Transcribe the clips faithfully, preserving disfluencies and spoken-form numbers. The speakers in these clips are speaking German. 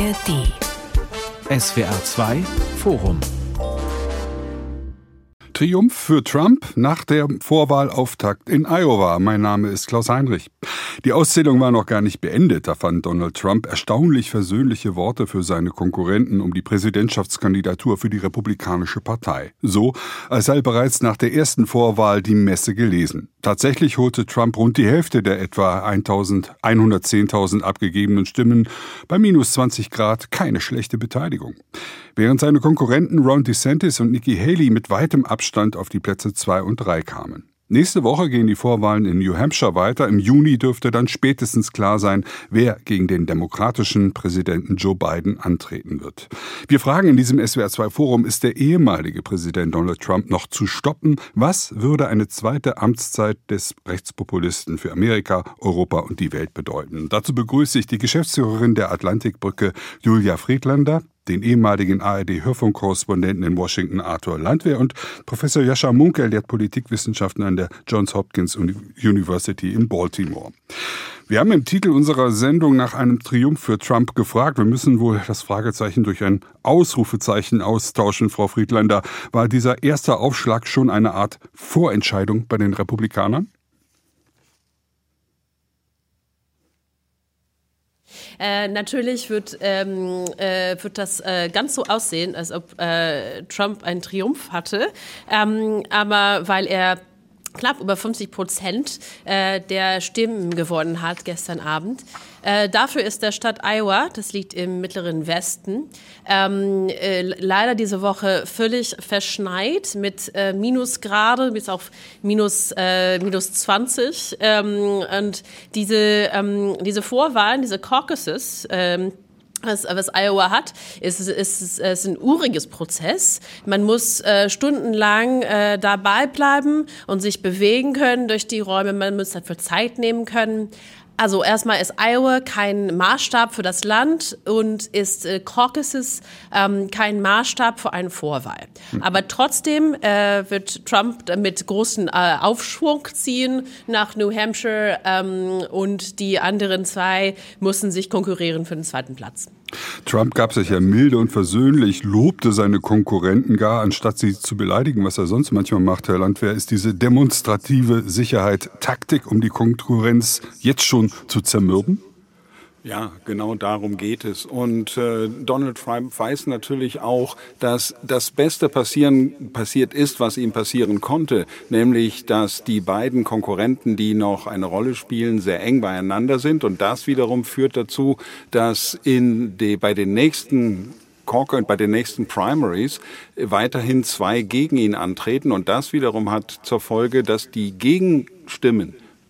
R D. S W R zwei Forum. Triumph für Trump nach der Vorwahlauftakt in Iowa. Mein Name ist Klaus Heinrich. Die Auszählung war noch gar nicht beendet. Da fand Donald Trump erstaunlich versöhnliche Worte für seine Konkurrenten um die Präsidentschaftskandidatur für die Republikanische Partei. So, als sei bereits nach der ersten Vorwahl die Messe gelesen. Tatsächlich holte Trump rund die Hälfte der etwa hundertzehntausend abgegebenen Stimmen. Bei minus zwanzig Grad keine schlechte Beteiligung. Während seine Konkurrenten Ron DeSantis und Nikki Haley mit weitem Abstand auf die Plätze zwei und drei kamen. Nächste Woche gehen die Vorwahlen in New Hampshire weiter. Im Juni dürfte dann spätestens klar sein, wer gegen den demokratischen Präsidenten Joe Biden antreten wird. Wir fragen in diesem S W R zwei Forum, ist der ehemalige Präsident Donald Trump noch zu stoppen? Was würde eine zweite Amtszeit des Rechtspopulisten für Amerika, Europa und die Welt bedeuten? Dazu begrüße ich die Geschäftsführerin der Atlantikbrücke, Julia Friedlander, den ehemaligen A R D-Hörfunkkorrespondenten in Washington Arthur Landwehr und Professor Jascha Munk, er lehrt Politikwissenschaften an der Johns Hopkins University in Baltimore. Wir haben im Titel unserer Sendung nach einem Triumph für Trump gefragt. Wir müssen wohl das Fragezeichen durch ein Ausrufezeichen austauschen, Frau Friedlander. War dieser erste Aufschlag schon eine Art Vorentscheidung bei den Republikanern? Äh, natürlich wird, ähm, äh, wird das äh, ganz so aussehen, als ob äh, Trump einen Triumph hatte. Ähm, aber weil er knapp über fünfzig Prozent äh, der Stimmen gewonnen hat gestern Abend. Äh, dafür ist der Stadt Iowa, das liegt im mittleren Westen, ähm, äh, leider diese Woche völlig verschneit mit äh, Minusgrade bis auf minus, äh, minus zwanzig. Ähm, und diese, ähm, diese Vorwahlen, diese Caucuses, ähm, Was, was Iowa hat, ist, ist, ist, ist ein uriges Prozess. Man muss äh, stundenlang äh, dabei bleiben und sich bewegen können durch die Räume. Man muss dafür Zeit nehmen können. Also erstmal ist Iowa kein Maßstab für das Land und ist äh, Caucuses ähm, kein Maßstab für eine Vorwahl. Mhm. Aber trotzdem äh, wird Trump mit großen äh, Aufschwung ziehen nach New Hampshire ähm, und die anderen zwei müssen sich konkurrieren für den zweiten Platz. Trump gab sich ja milde und versöhnlich, lobte seine Konkurrenten gar, anstatt sie zu beleidigen, was er sonst manchmal macht, Herr Landwehr. Ist diese demonstrative Sicherheit Taktik, um die Konkurrenz jetzt schon zu zermürben? Ja, genau darum geht es. Und äh, Donald Trump weiß natürlich auch, dass das Beste passieren passiert ist, was ihm passieren konnte, nämlich, dass die beiden Konkurrenten, die noch eine Rolle spielen, sehr eng beieinander sind. Und das wiederum führt dazu, dass in die, bei den nächsten Caucus und bei den nächsten Primaries weiterhin zwei gegen ihn antreten. Und das wiederum hat zur Folge, dass die Gegenstimmen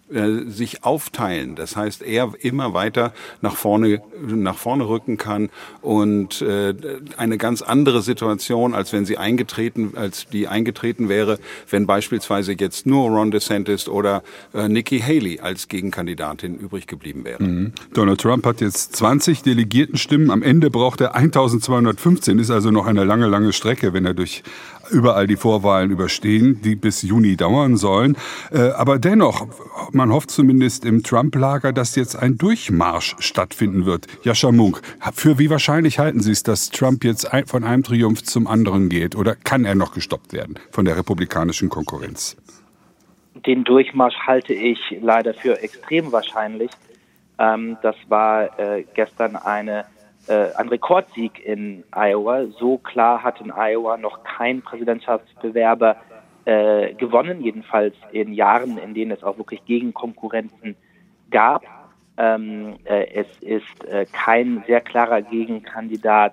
sich aufteilen. Das heißt, er immer weiter nach vorne, nach vorne rücken kann und äh, eine ganz andere Situation, als wenn sie eingetreten, als die eingetreten wäre, wenn beispielsweise jetzt nur Ron DeSantis oder äh, Nikki Haley als Gegenkandidatin übrig geblieben wäre. Mhm. Donald Trump hat jetzt zwanzig Delegiertenstimmen. Am Ende braucht er eintausendzweihundertfünfzehn. Ist also noch eine lange, lange Strecke, wenn er durch überall die Vorwahlen überstehen, die bis Juni dauern sollen. Äh, aber dennoch, man hofft zumindest im Trump-Lager, dass jetzt ein Durchmarsch stattfinden wird. Jascha Munk, für wie wahrscheinlich halten Sie es, dass Trump jetzt von einem Triumph zum anderen geht? Oder kann er noch gestoppt werden von der republikanischen Konkurrenz? Den Durchmarsch halte ich leider für extrem wahrscheinlich. Ähm, das war äh, gestern eine Äh, ein Rekordsieg in Iowa. So klar hat in Iowa noch kein Präsidentschaftsbewerber äh, gewonnen, jedenfalls in Jahren, in denen es auch wirklich Gegenkonkurrenten gab. Ähm, äh, es ist äh, kein sehr klarer Gegenkandidat,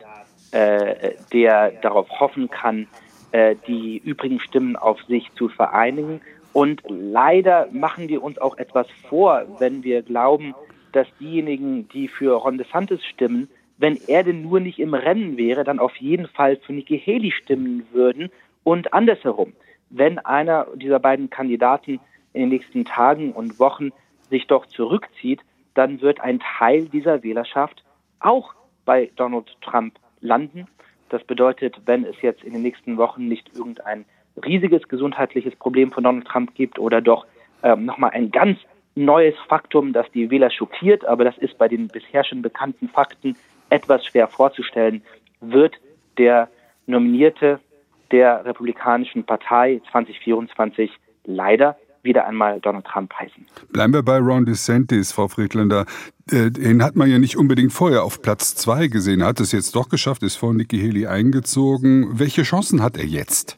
äh, der darauf hoffen kann, äh, die übrigen Stimmen auf sich zu vereinigen. Und leider machen wir uns auch etwas vor, wenn wir glauben, dass diejenigen, die für Ron DeSantis stimmen, wenn er denn nur nicht im Rennen wäre, dann auf jeden Fall für Nikki Haley stimmen würden und andersherum. Wenn einer dieser beiden Kandidaten in den nächsten Tagen und Wochen sich doch zurückzieht, dann wird ein Teil dieser Wählerschaft auch bei Donald Trump landen. Das bedeutet, wenn es jetzt in den nächsten Wochen nicht irgendein riesiges gesundheitliches Problem von Donald Trump gibt oder doch ähm, nochmal ein ganz neues Faktum, das die Wähler schockiert, aber das ist bei den bisher schon bekannten Fakten etwas schwer vorzustellen, wird der Nominierte der Republikanischen Partei zwanzig vierundzwanzig leider wieder einmal Donald Trump heißen. Bleiben wir bei Ron DeSantis, Frau Friedländer. Den hat man ja nicht unbedingt vorher auf Platz zwei gesehen. Er hat es jetzt doch geschafft, ist vor Nikki Haley eingezogen. Welche Chancen hat er jetzt?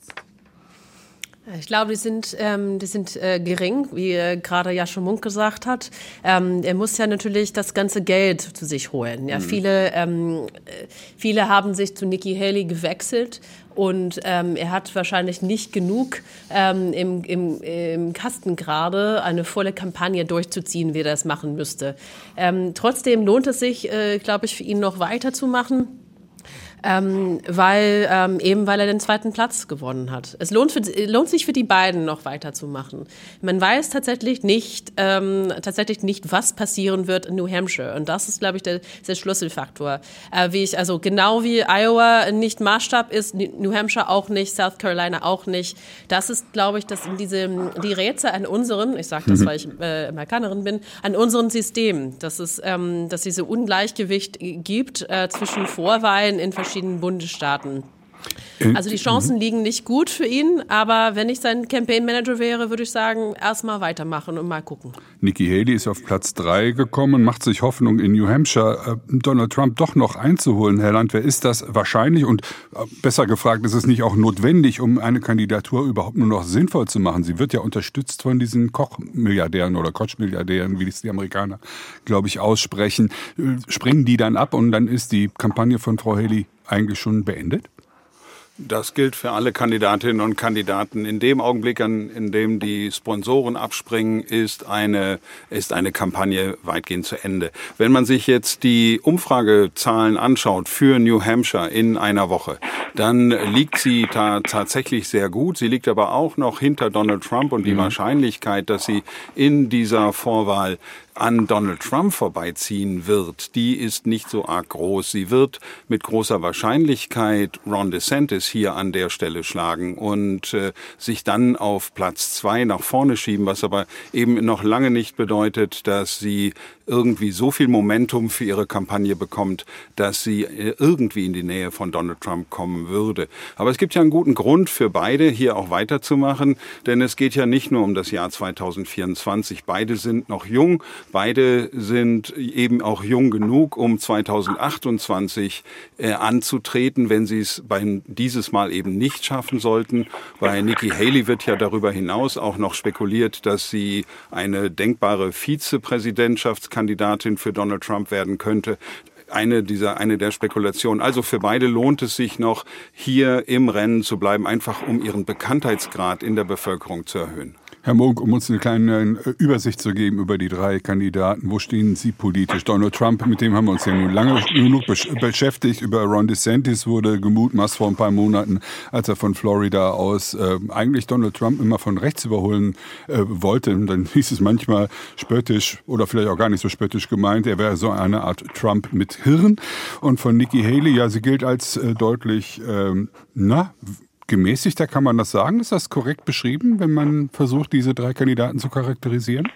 Ich glaube, die sind, ähm, die sind äh, gering, wie äh, gerade Jascha Munk gesagt hat. Ähm, er muss ja natürlich das ganze Geld zu sich holen. Ja, mhm. viele, ähm, viele haben sich zu Nikki Haley gewechselt und ähm, er hat wahrscheinlich nicht genug ähm, im, im, im Kasten gerade, eine volle Kampagne durchzuziehen, wie er das machen müsste. Ähm, trotzdem lohnt es sich, äh, glaube ich, für ihn noch weiterzumachen. Ähm, weil, ähm, eben weil er den zweiten Platz gewonnen hat. Es lohnt, für, lohnt sich für die beiden noch weiterzumachen. Man weiß tatsächlich nicht, ähm, tatsächlich nicht, was passieren wird in New Hampshire. Und das ist, glaube ich, der, der Schlüsselfaktor. Äh, wie ich, also genau wie Iowa nicht Maßstab ist, New Hampshire auch nicht, South Carolina auch nicht. Das ist, glaube ich, dass in diesem, die Rätsel an unseren, ich sage das, mhm. weil ich äh, Amerikanerin bin, an unserem System, dass es, ähm, dass diese Ungleichgewicht gibt äh, zwischen Vorwahlen in verschiedenen Bundesstaaten. Also die Chancen liegen nicht gut für ihn, aber wenn ich sein Campaign Manager wäre, würde ich sagen, erstmal weitermachen und mal gucken. Nikki Haley ist auf Platz drei gekommen, macht sich Hoffnung, in New Hampshire äh, Donald Trump doch noch einzuholen. Herr Landwehr, ist das wahrscheinlich und äh, besser gefragt, ist es nicht auch notwendig, um eine Kandidatur überhaupt nur noch sinnvoll zu machen? Sie wird ja unterstützt von diesen Koch-Milliardären oder Koch-Milliardären, wie das die Amerikaner, glaube ich, aussprechen. Äh, springen die dann ab und dann ist die Kampagne von Frau Haley eigentlich schon beendet? Das gilt für alle Kandidatinnen und Kandidaten. In dem Augenblick, in dem die Sponsoren abspringen, ist eine, ist eine Kampagne weitgehend zu Ende. Wenn man sich jetzt die Umfragezahlen anschaut für New Hampshire in einer Woche, dann liegt sie da tatsächlich sehr gut. Sie liegt aber auch noch hinter Donald Trump und die mhm. Wahrscheinlichkeit, dass sie in dieser Vorwahl an Donald Trump vorbeiziehen wird, die ist nicht so arg groß. Sie wird mit großer Wahrscheinlichkeit Ron DeSantis hier an der Stelle schlagen und äh, sich dann auf Platz zwei nach vorne schieben, was aber eben noch lange nicht bedeutet, dass sie irgendwie so viel Momentum für ihre Kampagne bekommt, dass sie irgendwie in die Nähe von Donald Trump kommen würde. Aber es gibt ja einen guten Grund für beide, hier auch weiterzumachen, denn es geht ja nicht nur um das Jahr zwanzig vierundzwanzig. Beide sind noch jung, beide sind eben auch jung genug, um zwanzig achtundzwanzig äh, anzutreten, wenn sie es bei dieses Mal eben nicht schaffen sollten. Bei Nikki Haley wird ja darüber hinaus auch noch spekuliert, dass sie eine denkbare Vizepräsidentschaftskandidatin Kandidatin für Donald Trump werden könnte. Eine dieser, eine der Spekulationen. Also für beide lohnt es sich noch, hier im Rennen zu bleiben, einfach um ihren Bekanntheitsgrad in der Bevölkerung zu erhöhen. Herr Munk, um uns eine kleine Übersicht zu geben über die drei Kandidaten, wo stehen Sie politisch? Donald Trump, mit dem haben wir uns ja nun lange genug beschäftigt. Über Ron DeSantis wurde gemutmaßt vor ein paar Monaten, als er von Florida aus äh, eigentlich Donald Trump immer von rechts überholen äh, wollte. Und dann hieß es manchmal spöttisch oder vielleicht auch gar nicht so spöttisch gemeint, er wäre so eine Art Trump mit Hirn. Und von Nikki Haley, ja, sie gilt als äh, deutlich, ähm, na, gemäßigter, kann man das sagen? Ist das korrekt beschrieben, wenn man versucht, diese drei Kandidaten zu charakterisieren?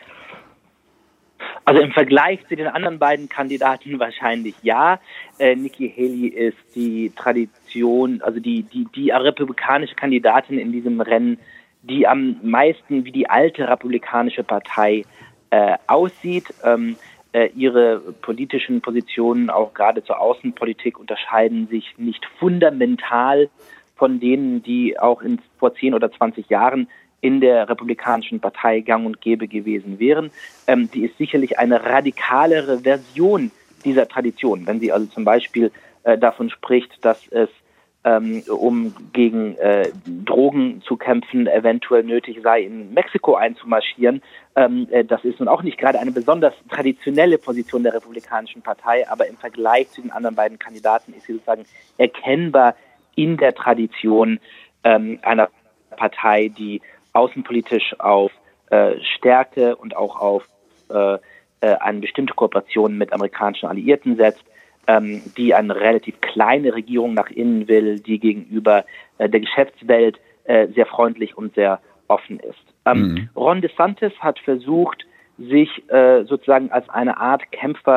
Also im Vergleich zu den anderen beiden Kandidaten wahrscheinlich ja. Äh, Nikki Haley ist die Tradition, also die, die, die republikanische Kandidatin in diesem Rennen, die am meisten wie die alte republikanische Partei äh, aussieht. Ähm, äh, ihre politischen Positionen, auch gerade zur Außenpolitik, unterscheiden sich nicht fundamental von denen, die auch in, vor zehn oder zwanzig Jahren in der Republikanischen Partei gang und gäbe gewesen wären. Ähm, die ist sicherlich eine radikalere Version dieser Tradition. Wenn sie also zum Beispiel äh, davon spricht, dass es, ähm, um gegen äh, Drogen zu kämpfen, eventuell nötig sei, in Mexiko einzumarschieren. Ähm, äh, das ist nun auch nicht gerade eine besonders traditionelle Position der Republikanischen Partei, aber im Vergleich zu den anderen beiden Kandidaten ist sie sozusagen erkennbar in der Tradition ähm, einer Partei, die außenpolitisch auf äh, Stärke und auch auf äh, äh, eine bestimmte Kooperation mit amerikanischen Alliierten setzt, ähm, die eine relativ kleine Regierung nach innen will, die gegenüber äh, der Geschäftswelt äh, sehr freundlich und sehr offen ist. Ähm, mhm. Ron DeSantis hat versucht, sich äh, sozusagen als eine Art Kämpfer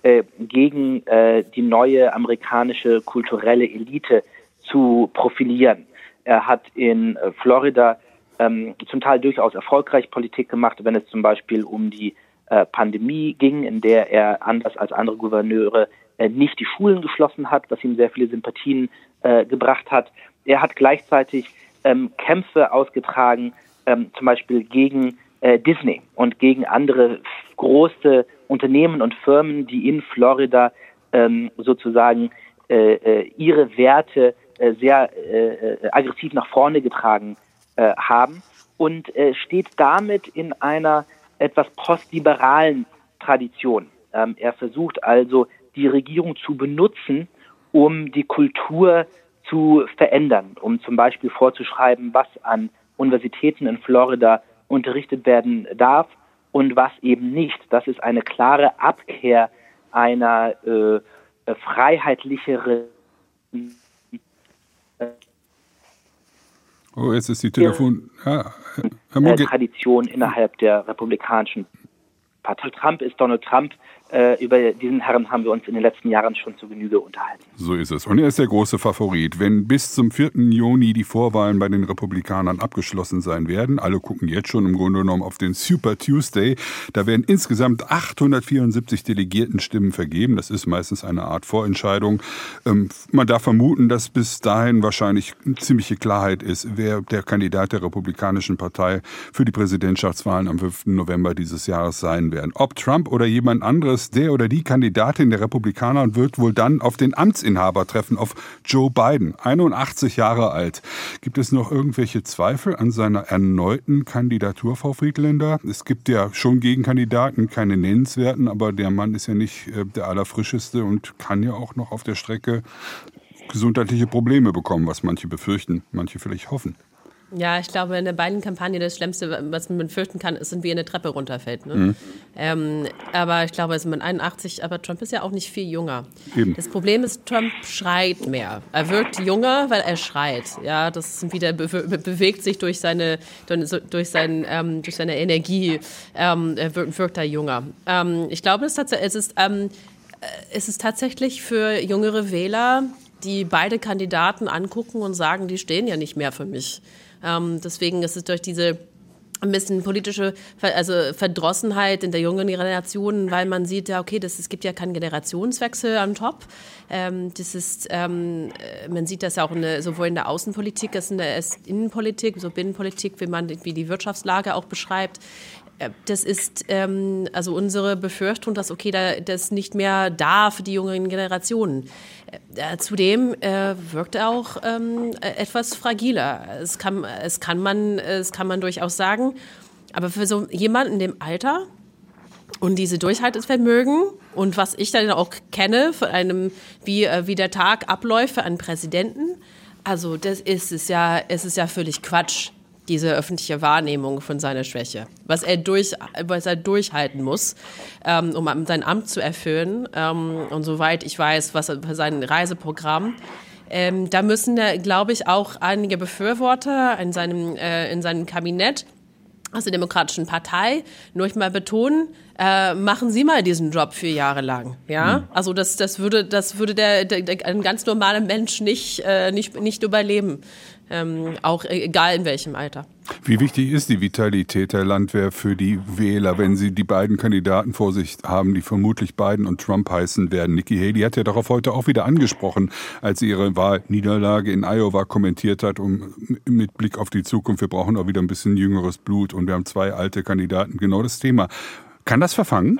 äh, gegen äh, die neue amerikanische kulturelle Elite zu profilieren. Er hat in äh, Florida ähm, zum Teil durchaus erfolgreich Politik gemacht, wenn es zum Beispiel um die äh, Pandemie ging, in der er anders als andere Gouverneure äh, nicht die Schulen geschlossen hat, was ihm sehr viele Sympathien äh, gebracht hat. Er hat gleichzeitig ähm, Kämpfe ausgetragen, ähm, zum Beispiel gegen äh, Disney und gegen andere große Unternehmen und Firmen, die in Florida ähm, sozusagen äh, äh, ihre Werte äh, sehr äh, aggressiv nach vorne getragen äh, haben und äh, steht damit in einer etwas postliberalen Tradition. Ähm, er versucht also, die Regierung zu benutzen, um die Kultur zu verändern, um zum Beispiel vorzuschreiben, was an Universitäten in Florida unterrichtet werden darf und was eben nicht. Das ist eine klare Abkehr einer äh, freiheitlicheren äh, Oh, jetzt ist die Telefon... Ja, Herr äh, Tradition innerhalb der Republikanischen Partei. Trump ist Donald Trump. Äh, über diesen Herrn haben wir uns in den letzten Jahren schon zu Genüge unterhalten. So ist es. Und er ist der große Favorit. Wenn bis zum vierten Juni die Vorwahlen bei den Republikanern abgeschlossen sein werden, alle gucken jetzt schon im Grunde genommen auf den Super Tuesday, da werden insgesamt achthundertvierundsiebzig Delegiertenstimmen vergeben. Das ist meistens eine Art Vorentscheidung. Ähm, man darf vermuten, dass bis dahin wahrscheinlich eine ziemliche Klarheit ist, wer der Kandidat der Republikanischen Partei für die Präsidentschaftswahlen am fünften November dieses Jahres sein werden. Ob Trump oder jemand anderes, der oder die Kandidatin der Republikaner wird wohl dann auf den Amtsinhaber treffen, auf Joe Biden, einundachtzig Jahre alt. Gibt es noch irgendwelche Zweifel an seiner erneuten Kandidatur, Frau Friedländer? Es gibt ja schon Gegenkandidaten, keine nennenswerten, aber der Mann ist ja nicht äh, der allerfrischeste und kann ja auch noch auf der Strecke gesundheitliche Probleme bekommen, was manche befürchten, manche vielleicht hoffen. Ja, ich glaube, in der Biden-Kampagne das Schlimmste, was man fürchten kann, ist, wie eine Treppe runterfällt. Ne? Mhm. Ähm, aber ich glaube, also mit einundachtzig, aber Trump ist ja auch nicht viel jünger. Eben. Das Problem ist, Trump schreit mehr. Er wirkt jünger, weil er schreit. Ja, das ist wieder be- bewegt sich durch seine, durch, sein, ähm, durch seine Energie. Ähm, er wirkt, wirkt er jünger. Ähm, ich glaube, es, tats- es, ist, ähm, es ist tatsächlich für jüngere Wähler, die beide Kandidaten angucken und sagen, die stehen ja nicht mehr für mich. Ähm, deswegen ist es durch diese ein bisschen politische also Verdrossenheit in der jungen Generation, weil man sieht, ja, okay, das, es gibt ja keinen Generationswechsel am Top. Ähm, das ist, ähm, man sieht das ja auch in der, sowohl in der Außenpolitik als in der Innenpolitik, so Binnenpolitik, wie man wie die Wirtschaftslage auch beschreibt. Das ist ähm, also unsere Befürchtung, dass okay, da, das nicht mehr da für die jüngeren Generationen. Äh, zudem äh, wirkt er auch ähm, etwas fragiler. Es kann, es kann man, es kann man durchaus sagen. Aber für so jemanden in dem Alter und diese Durchhaltevermögen und was ich dann auch kenne von einem, wie, wie der Tag abläuft für einen Präsidenten, also das ist es ja, es ist ja völlig Quatsch. Diese öffentliche Wahrnehmung von seiner Schwäche, was er, durch, was er durchhalten muss, ähm, um sein Amt zu erfüllen. Ähm, und soweit ich weiß, was für sein Reiseprogramm. Ähm, da müssen, glaube ich, auch einige Befürworter in seinem, äh, in seinem Kabinett aus der Demokratischen Partei nur mal betonen, äh, machen Sie mal diesen Job vier Jahre lang. Ja? Mhm. Also das, das würde, das würde der, der, der, ein ganz normaler Mensch nicht, äh, nicht, nicht überleben. Ähm, auch egal in welchem Alter. Wie wichtig ist die Vitalität der Landwehr für die Wähler, wenn sie die beiden Kandidaten vor sich haben, die vermutlich Biden und Trump heißen werden? Nikki Haley hat ja darauf heute auch wieder angesprochen, als sie ihre Wahlniederlage in Iowa kommentiert hat, um mit Blick auf die Zukunft, wir brauchen auch wieder ein bisschen jüngeres Blut und wir haben zwei alte Kandidaten, genau das Thema. Kann das verfangen?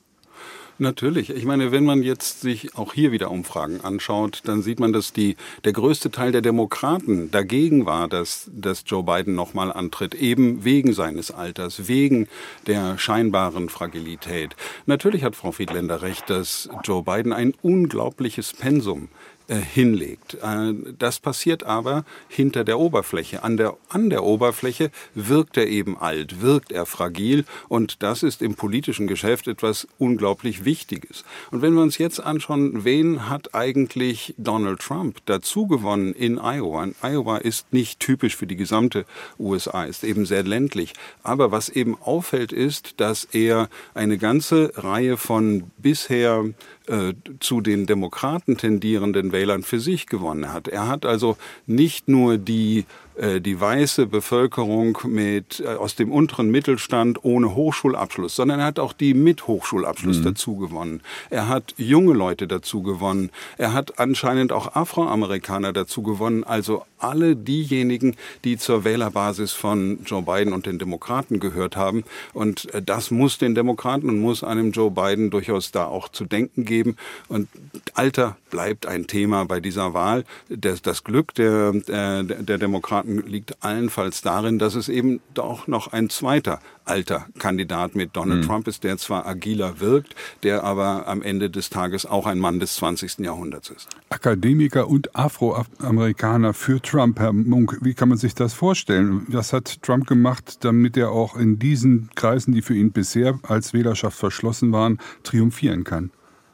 Natürlich. Ich meine, wenn man jetzt sich auch hier wieder Umfragen anschaut, dann sieht man, dass die, der größte Teil der Demokraten dagegen war, dass, dass Joe Biden nochmal antritt, eben wegen seines Alters, wegen der scheinbaren Fragilität. Natürlich hat Frau Friedländer recht, dass Joe Biden ein unglaubliches Pensum äh, hinlegt. Äh, das passiert aber hinter der Oberfläche. An der, an der Oberfläche wirkt er eben alt, wirkt er fragil und das ist im politischen Geschäft etwas unglaublich Wichtiges. Und wenn wir uns jetzt anschauen, wen hat eigentlich Donald Trump dazu gewonnen in Iowa? Und Iowa ist nicht typisch für die gesamte U S A, ist eben sehr ländlich. Aber was eben auffällt, ist, dass er eine ganze Reihe von bisher äh, zu den Demokraten tendierenden Wählern für sich gewonnen hat. Er hat also nicht nur die die weiße Bevölkerung mit äh, aus dem unteren Mittelstand ohne Hochschulabschluss, sondern er hat auch die mit Hochschulabschluss mhm. dazu gewonnen. Er hat junge Leute dazu gewonnen. Er hat anscheinend auch Afroamerikaner dazu gewonnen. Also alle diejenigen, die zur Wählerbasis von Joe Biden und den Demokraten gehört haben. Und äh, das muss den Demokraten und muss einem Joe Biden durchaus da auch zu denken geben. Und Alter bleibt ein Thema bei dieser Wahl. Das, das Glück der, der, der Demokraten liegt allenfalls darin, dass es eben doch noch ein zweiter alter Kandidat mit Donald mhm. Trump ist, der zwar agiler wirkt, der aber am Ende des Tages auch ein Mann des zwanzigsten Jahrhunderts ist. Akademiker und Afroamerikaner für Trump, Herr Munk, wie kann man sich das vorstellen? Was hat Trump gemacht, damit er auch in diesen Kreisen, die für ihn bisher als Wählerschaft verschlossen waren, triumphieren kann?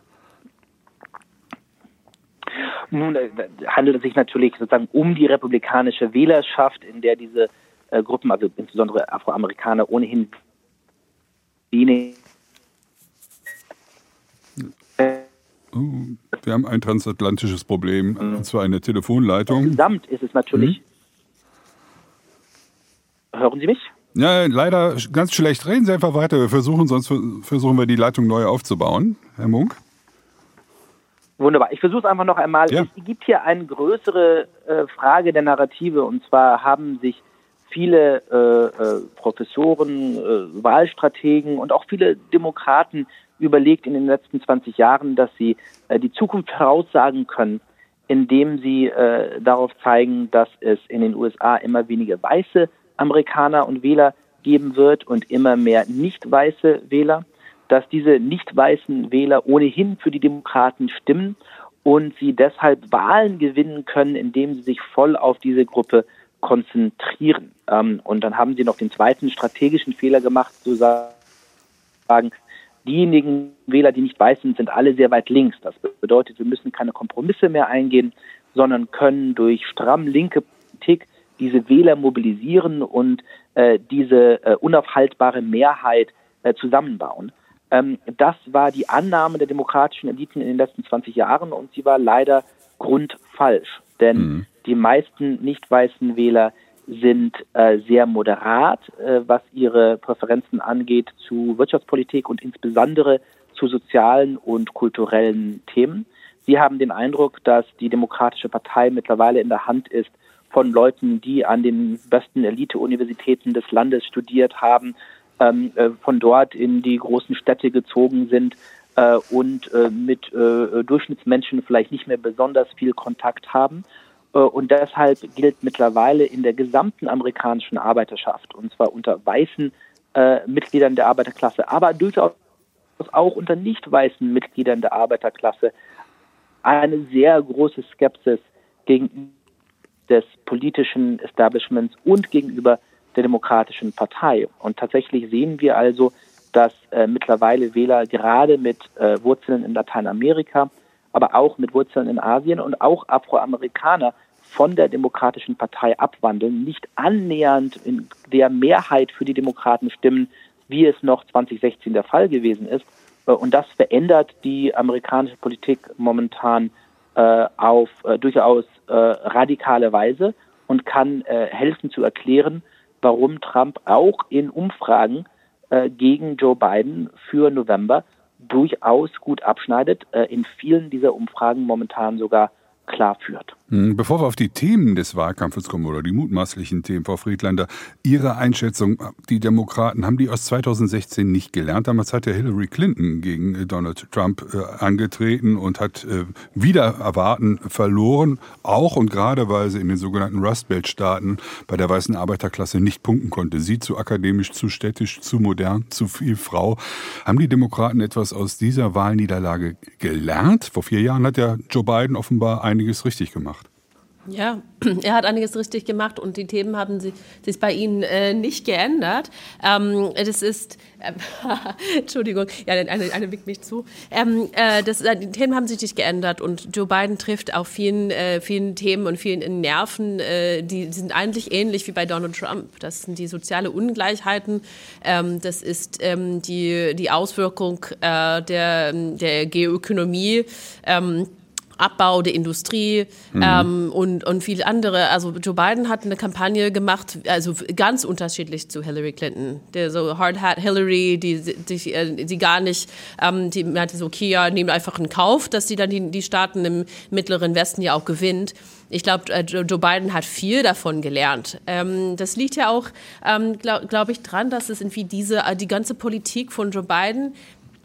Nun äh, handelt es sich natürlich sozusagen um die republikanische Wählerschaft, in der diese äh, Gruppen, also insbesondere Afroamerikaner, ohnehin wenig. Oh, wir haben ein transatlantisches Problem, mhm. und zwar eine Telefonleitung. Insgesamt ist es natürlich. Mhm. Hören Sie mich? Ja, leider ganz schlecht. Reden Sie einfach weiter. Wir versuchen, sonst versuchen wir die Leitung neu aufzubauen, Herr Munk. Wunderbar. Ich versuche es einfach noch einmal. Ja. Es gibt hier eine größere äh, Frage der Narrative, und zwar haben sich viele äh, äh, Professoren, äh, Wahlstrategen und auch viele Demokraten überlegt in den letzten zwanzig Jahren, dass sie äh, die Zukunft voraussagen können, indem sie äh, darauf zeigen, dass es in den U S A immer weniger weiße Amerikaner und Wähler geben wird und immer mehr nicht weiße Wähler, dass diese nicht weißen Wähler ohnehin für die Demokraten stimmen und sie deshalb Wahlen gewinnen können, indem sie sich voll auf diese Gruppe konzentrieren. Ähm, und dann haben sie noch den zweiten strategischen Fehler gemacht, zu sagen, diejenigen Wähler, die nicht weiß sind, sind alle sehr weit links. Das bedeutet, wir müssen keine Kompromisse mehr eingehen, sondern können durch stramm linke Politik diese Wähler mobilisieren und äh, diese äh, unaufhaltbare Mehrheit äh, zusammenbauen. Ähm, das war die Annahme der demokratischen Eliten in den letzten zwanzig Jahren und sie war leider grundfalsch. Denn mhm. die meisten nicht weißen Wähler sind äh, sehr moderat, äh, was ihre Präferenzen angeht zu Wirtschaftspolitik und insbesondere zu sozialen und kulturellen Themen. Sie haben den Eindruck, dass die Demokratische Partei mittlerweile in der Hand ist von Leuten, die an den besten Elite-Universitäten des Landes studiert haben, ähm, äh, von dort in die großen Städte gezogen sind äh, und äh, mit äh, Durchschnittsmenschen vielleicht nicht mehr besonders viel Kontakt haben. Äh, und deshalb gilt mittlerweile in der gesamten amerikanischen Arbeiterschaft, und zwar unter weißen äh, Mitgliedern der Arbeiterklasse, aber durchaus auch unter nicht weißen Mitgliedern der Arbeiterklasse, eine sehr große Skepsis gegenüber des politischen Establishments und gegenüber der Demokratischen Partei. Und tatsächlich sehen wir also, dass äh, mittlerweile Wähler gerade mit äh, Wurzeln in Lateinamerika, aber auch mit Wurzeln in Asien und auch Afroamerikaner von der Demokratischen Partei abwandeln, nicht annähernd in der Mehrheit für die Demokraten stimmen, wie es noch zwanzig sechzehn der Fall gewesen ist. Äh, und das verändert die amerikanische Politik momentan äh, auf äh, durchaus äh, radikale Weise und kann äh, helfen zu erklären, warum Trump auch in Umfragen äh, gegen Joe Biden für November durchaus gut abschneidet, äh, in vielen dieser Umfragen momentan sogar klar führt. Bevor wir auf die Themen des Wahlkampfes kommen oder die mutmaßlichen Themen, Frau Friedlander, Ihre Einschätzung, die Demokraten, haben die aus zweitausendsechzehn nicht gelernt? Damals hat ja Hillary Clinton gegen Donald Trump äh, angetreten und hat äh, wieder erwarten verloren, auch und gerade weil sie in den sogenannten Rust Belt-Staaten bei der weißen Arbeiterklasse nicht punkten konnte. Sie zu akademisch, zu städtisch, zu modern, zu viel Frau. Haben die Demokraten etwas aus dieser Wahlniederlage gelernt? Vor vier Jahren hat ja Joe Biden offenbar einiges richtig gemacht. Ja, er hat einiges richtig gemacht und die Themen haben sich, sich bei Ihnen äh, nicht geändert. Ähm, das ist, äh, Entschuldigung, ja, eine, eine winkt mich zu. Ähm, äh, das, äh, die Themen haben sich nicht geändert und Joe Biden trifft auf vielen, äh, vielen Themen und vielen Nerven, äh, die sind eigentlich ähnlich wie bei Donald Trump. Das sind die soziale Ungleichheiten, ähm, das ist ähm, die, die Auswirkung äh, der, der Geoökonomie, ähm, Abbau der Industrie mhm. ähm, und, und viele andere. Also Joe Biden hat eine Kampagne gemacht, also ganz unterschiedlich zu Hillary Clinton. Der so Hard Hat Hillary, die, die, die, die gar nicht, ähm, die meinte so, okay, ja, nehmen einfach in Kauf, dass sie dann die, die Staaten im Mittleren Westen ja auch gewinnt. Ich glaube, Joe Biden hat viel davon gelernt. Ähm, das liegt ja auch, ähm, glaube glaub ich, dran, dass es irgendwie diese, die ganze Politik von Joe Biden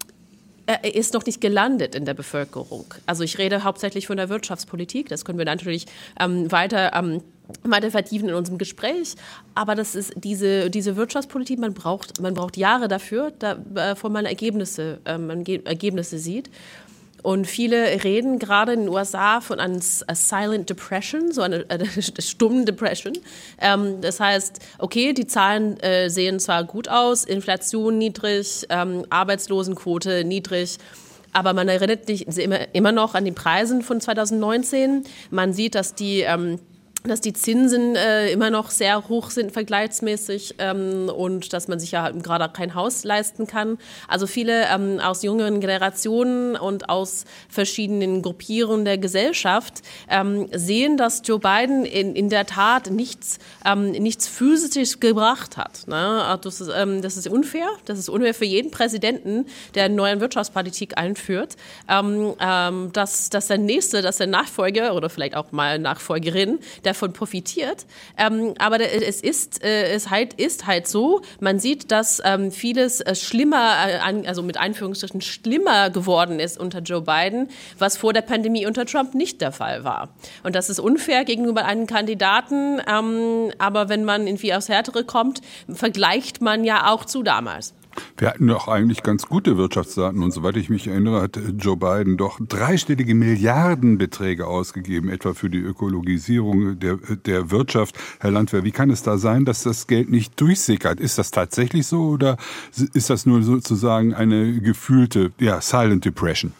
Er ist noch nicht gelandet in der Bevölkerung. Also ich rede hauptsächlich von der Wirtschaftspolitik. Das können wir natürlich ähm, weiter, ähm, weiter vertiefen in unserem Gespräch. Aber das ist diese, diese Wirtschaftspolitik, man braucht, man braucht Jahre dafür, da, bevor man Ergebnisse, äh, man Ergebnisse sieht. Und viele reden gerade in den U S A von einer Silent Depression, so einer eine stummen Depression. Ähm, das heißt, okay, die Zahlen äh, sehen zwar gut aus, Inflation niedrig, ähm, Arbeitslosenquote niedrig, aber man erinnert sich immer, immer noch an die Preise von zweitausendneunzehn. Man sieht, dass die ähm, dass die Zinsen äh, immer noch sehr hoch sind vergleichsmäßig ähm, und dass man sich ja gerade kein Haus leisten kann. Also viele ähm, aus jüngeren Generationen und aus verschiedenen Gruppierungen der Gesellschaft ähm, sehen, dass Joe Biden in, in der Tat nichts, ähm, nichts Physisches gebracht hat. Ne? Das ist, ähm, das ist unfair. Das ist unfair für jeden Präsidenten, der eine neue Wirtschaftspolitik einführt, ähm, ähm, dass, dass der Nächste, dass der Nachfolger oder vielleicht auch mal Nachfolgerin davon profitiert. Ähm, aber es ist, äh, es halt, ist halt so, man sieht, dass ähm, vieles äh, schlimmer, äh, also mit Einführungsstrichen schlimmer geworden ist unter Joe Biden, was vor der Pandemie unter Trump nicht der Fall war. Und das ist unfair gegenüber einem Kandidaten, ähm, aber wenn man irgendwie aufs Härtere kommt, vergleicht man ja auch zu damals. Wir hatten doch eigentlich ganz gute Wirtschaftsdaten und soweit ich mich erinnere, hat Joe Biden doch dreistellige Milliardenbeträge ausgegeben, etwa für die Ökologisierung der, der Wirtschaft. Herr Landwehr, wie kann es da sein, dass das Geld nicht durchsickert? Ist das tatsächlich so oder ist das nur sozusagen eine gefühlte, ja, Silent Depression?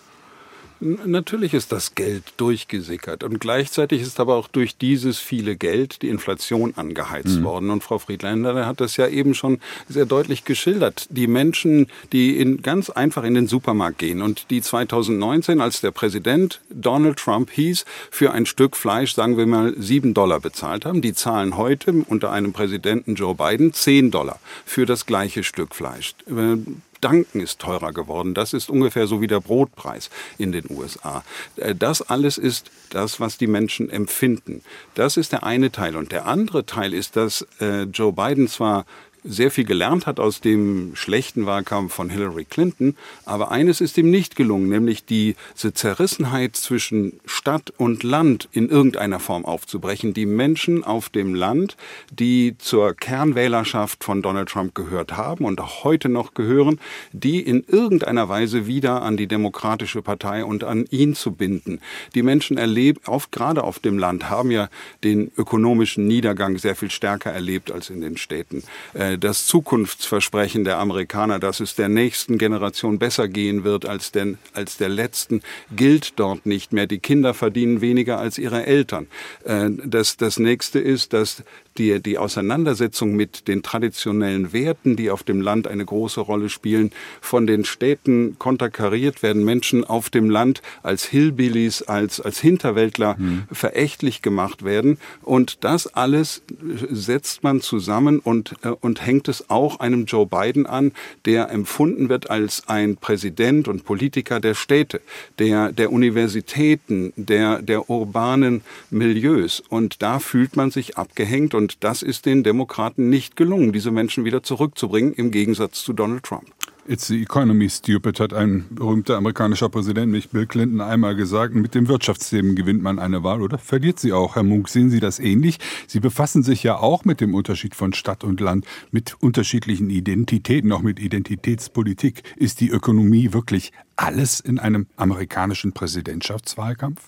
Natürlich ist das Geld durchgesickert und gleichzeitig ist aber auch durch dieses viele Geld die Inflation angeheizt mhm. worden. Und Frau Friedlander hat das ja eben schon sehr deutlich geschildert. Die Menschen, die in, ganz einfach in den Supermarkt gehen und die zweitausendneunzehn, als der Präsident Donald Trump hieß, für ein Stück Fleisch, sagen wir mal, sieben Dollar bezahlt haben, die zahlen heute unter einem Präsidenten Joe Biden zehn Dollar für das gleiche Stück Fleisch. Danken ist teurer geworden. Das ist ungefähr so wie der Brotpreis in den U S A. Das alles ist das, was die Menschen empfinden. Das ist der eine Teil. Und der andere Teil ist, dass äh, Joe Biden zwar sehr viel gelernt hat aus dem schlechten Wahlkampf von Hillary Clinton, aber eines ist ihm nicht gelungen, nämlich diese Zerrissenheit zwischen Stadt und Land in irgendeiner Form aufzubrechen. Die Menschen auf dem Land, die zur Kernwählerschaft von Donald Trump gehört haben und auch heute noch gehören, die in irgendeiner Weise wieder an die Demokratische Partei und an ihn zu binden. Die Menschen erleben, auf, gerade auf dem Land, haben ja den ökonomischen Niedergang sehr viel stärker erlebt als in den Städten. Das Zukunftsversprechen der Amerikaner, dass es der nächsten Generation besser gehen wird als, den, als der letzten, gilt dort nicht mehr. Die Kinder verdienen weniger als ihre Eltern. Das, das nächste ist, dass die, die Auseinandersetzung mit den traditionellen Werten, die auf dem Land eine große Rolle spielen, von den Städten konterkariert werden. Menschen auf dem Land als Hillbillies, als, als Hinterwäldler mhm. verächtlich gemacht werden. Und das alles setzt man zusammen und, äh, und hängt es auch einem Joe Biden an, der empfunden wird als ein Präsident und Politiker der Städte, der, der Universitäten, der, der urbanen Milieus. Und da fühlt man sich abgehängt und das ist den Demokraten nicht gelungen, diese Menschen wieder zurückzubringen, im Gegensatz zu Donald Trump. It's the economy, stupid, hat ein berühmter amerikanischer Präsident, nämlich Bill Clinton, einmal gesagt. Mit den Wirtschaftsthemen gewinnt man eine Wahl oder verliert sie auch. Herr Munk, sehen Sie das ähnlich? Sie befassen sich ja auch mit dem Unterschied von Stadt und Land, mit unterschiedlichen Identitäten, auch mit Identitätspolitik. Ist die Ökonomie wirklich alles in einem amerikanischen Präsidentschaftswahlkampf?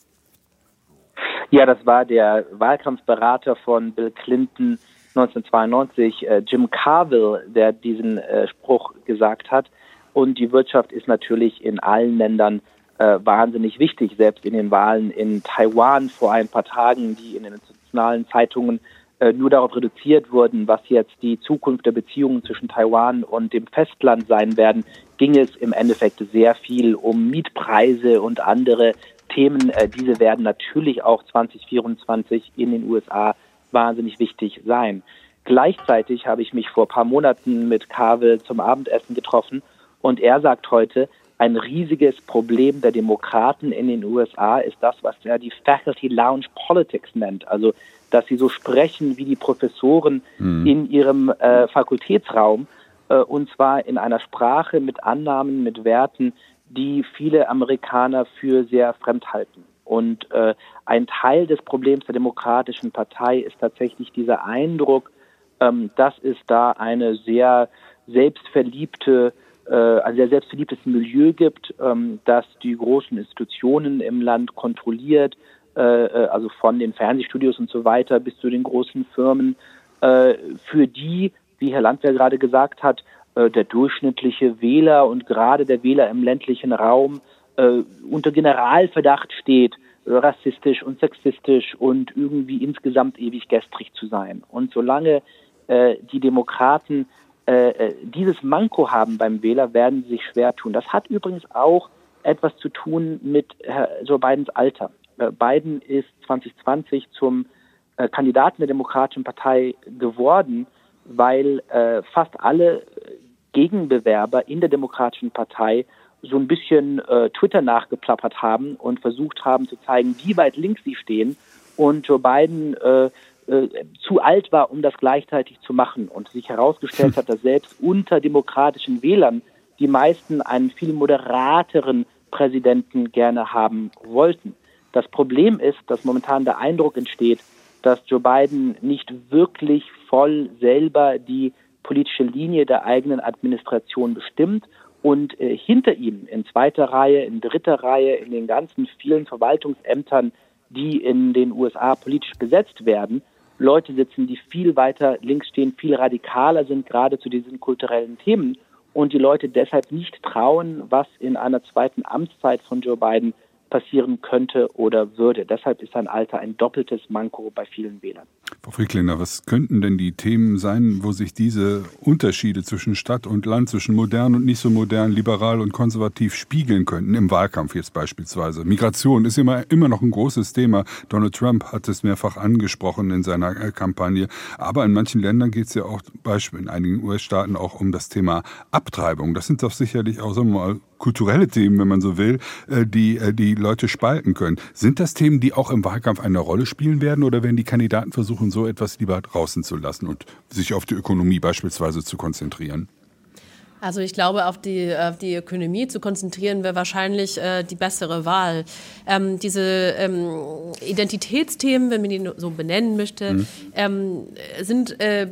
Ja, das war der Wahlkampfberater von Bill Clinton neunzehnhundertzweiundneunzig, äh, Jim Carville, der diesen äh, Spruch gesagt hat. Und die Wirtschaft ist natürlich in allen Ländern äh, wahnsinnig wichtig, selbst in den Wahlen in Taiwan vor ein paar Tagen, die in den internationalen Zeitungen äh, nur darauf reduziert wurden, was jetzt die Zukunft der Beziehungen zwischen Taiwan und dem Festland sein werden, ging es im Endeffekt sehr viel um Mietpreise und andere Themen. Äh, diese werden natürlich auch zwanzig vierundzwanzig in den U S A wahnsinnig wichtig sein. Gleichzeitig habe ich mich vor ein paar Monaten mit Carville zum Abendessen getroffen und er sagt heute, ein riesiges Problem der Demokraten in den U S A ist das, was er die Faculty Lounge Politics nennt. Also, dass sie so sprechen wie die Professoren mhm. in ihrem äh, Fakultätsraum äh, und zwar in einer Sprache mit Annahmen, mit Werten, die viele Amerikaner für sehr fremd halten. Und äh, ein Teil des Problems der Demokratischen Partei ist tatsächlich dieser Eindruck, ähm, dass es da eine sehr selbstverliebte, äh, ein sehr selbstverliebtes Milieu gibt, ähm, das die großen Institutionen im Land kontrolliert, äh, also von den Fernsehstudios und so weiter bis zu den großen Firmen, äh, für die, wie Herr Landwehr gerade gesagt hat, äh, der durchschnittliche Wähler und gerade der Wähler im ländlichen Raum äh, unter Generalverdacht steht, rassistisch und sexistisch und irgendwie insgesamt ewig gestrig zu sein. Und solange äh, die Demokraten äh, dieses Manko haben beim Wähler, werden sie sich schwer tun. Das hat übrigens auch etwas zu tun mit Herr Joe Bidens Alter. Äh, Biden ist zwanzig zwanzig zum äh, Kandidaten der Demokratischen Partei geworden, weil äh, fast alle Gegenbewerber in der Demokratischen Partei so ein bisschen äh, Twitter nachgeplappert haben und versucht haben zu zeigen, wie weit links sie stehen und Joe Biden äh, äh, zu alt war, um das gleichzeitig zu machen und sich herausgestellt hat, dass selbst unter demokratischen Wählern die meisten einen viel moderateren Präsidenten gerne haben wollten. Das Problem ist, dass momentan der Eindruck entsteht, dass Joe Biden nicht wirklich voll selber die politische Linie der eigenen Administration bestimmt. Und äh, hinter ihm in zweiter Reihe, in dritter Reihe, in den ganzen vielen Verwaltungsämtern, die in den U S A politisch besetzt werden, Leute sitzen, die viel weiter links stehen, viel radikaler sind, gerade zu diesen kulturellen Themen. Und die Leute deshalb nicht trauen, was in einer zweiten Amtszeit von Joe Biden passieren könnte oder würde. Deshalb ist sein Alter ein doppeltes Manko bei vielen Wählern. Frau Frickländer, was könnten denn die Themen sein, wo sich diese Unterschiede zwischen Stadt und Land, zwischen modern und nicht so modern, liberal und konservativ spiegeln könnten, im Wahlkampf jetzt beispielsweise? Migration ist immer, immer noch ein großes Thema. Donald Trump hat es mehrfach angesprochen in seiner Kampagne. Aber in manchen Ländern geht es ja auch, beispielsweise in einigen U S-Staaten, auch um das Thema Abtreibung. Das sind doch sicherlich auch, sagen wir mal, kulturelle Themen, wenn man so will, die die Leute spalten können. Sind das Themen, die auch im Wahlkampf eine Rolle spielen werden, oder werden die Kandidaten versuchen, so etwas lieber draußen zu lassen und sich auf die Ökonomie beispielsweise zu konzentrieren? Also ich glaube, auf die, auf die Ökonomie zu konzentrieren wäre wahrscheinlich äh, die bessere Wahl. Ähm, diese ähm, Identitätsthemen, wenn man die so benennen möchte, mhm. ähm, sind, äh,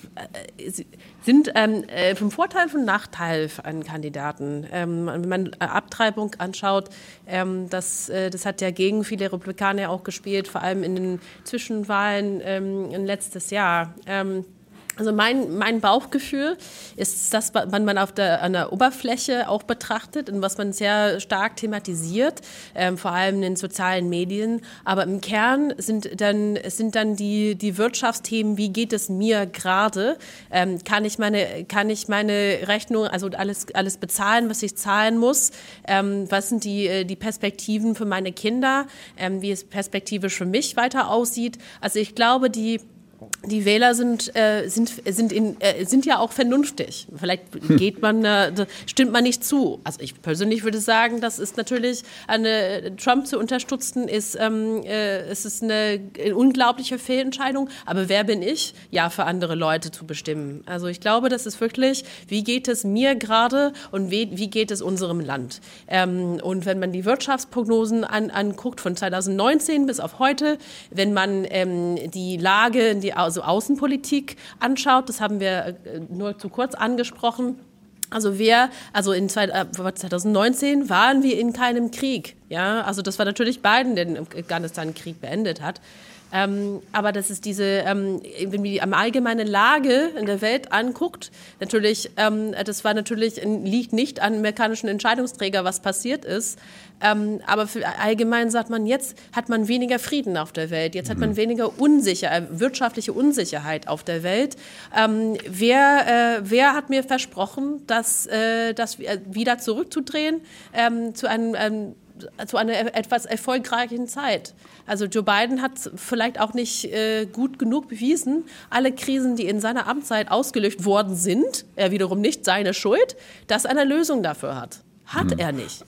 sind ähm, äh, vom Vorteil und Nachteil für einen Kandidaten. Ähm, wenn man Abtreibung anschaut, ähm, das, äh, das hat ja gegen viele Republikaner auch gespielt, vor allem in den Zwischenwahlen ähm, in letztes Jahr. Ähm, Also mein, mein Bauchgefühl ist das, was man auf der, an der Oberfläche auch betrachtet und was man sehr stark thematisiert, ähm, vor allem in den sozialen Medien. Aber im Kern sind dann, sind dann die, die Wirtschaftsthemen, wie geht es mir gerade? Ähm, kann ich meine, kann ich meine Rechnung, also alles, alles bezahlen, was ich zahlen muss? Ähm, was sind die, die Perspektiven für meine Kinder? Ähm, wie es perspektivisch für mich weiter aussieht? Also ich glaube, die Die Wähler sind, äh, sind, sind, in, äh, sind ja auch vernünftig. Vielleicht geht man, äh, stimmt man nicht zu. Also ich persönlich würde sagen, das ist natürlich, eine, Trump zu unterstützen, ist, ähm, äh, es ist eine, eine unglaubliche Fehlentscheidung. Aber wer bin ich, ja, für andere Leute zu bestimmen? Also ich glaube, das ist wirklich, wie geht es mir gerade und wie, wie geht es unserem Land? Ähm, und wenn man die Wirtschaftsprognosen an, anguckt von zweitausendneunzehn bis auf heute, wenn man ähm, die Lage, die also Außenpolitik anschaut, das haben wir nur zu kurz angesprochen. Also wir, also in zweitausendneunzehn waren wir in keinem Krieg, ja, also das war natürlich Biden, der den Afghanistan-Krieg beendet hat. Ähm, aber das ist diese, ähm, wenn man die allgemeine Lage in der Welt anguckt, natürlich, ähm, das war natürlich, liegt nicht an amerikanischen Entscheidungsträgern, was passiert ist. Ähm, aber für allgemein sagt man, jetzt hat man weniger Frieden auf der Welt, jetzt hat man weniger Unsicherheit, wirtschaftliche Unsicherheit auf der Welt. Ähm, wer, äh, wer hat mir versprochen, dass, äh, das wieder zurückzudrehen ähm, zu einem ähm, zu einer etwas erfolgreichen Zeit. Also Joe Biden hat vielleicht auch nicht äh, gut genug bewiesen, alle Krisen, die in seiner Amtszeit ausgelöst worden sind, er wiederum nicht seine Schuld, dass er eine Lösung dafür hat. Hat hm. er nicht.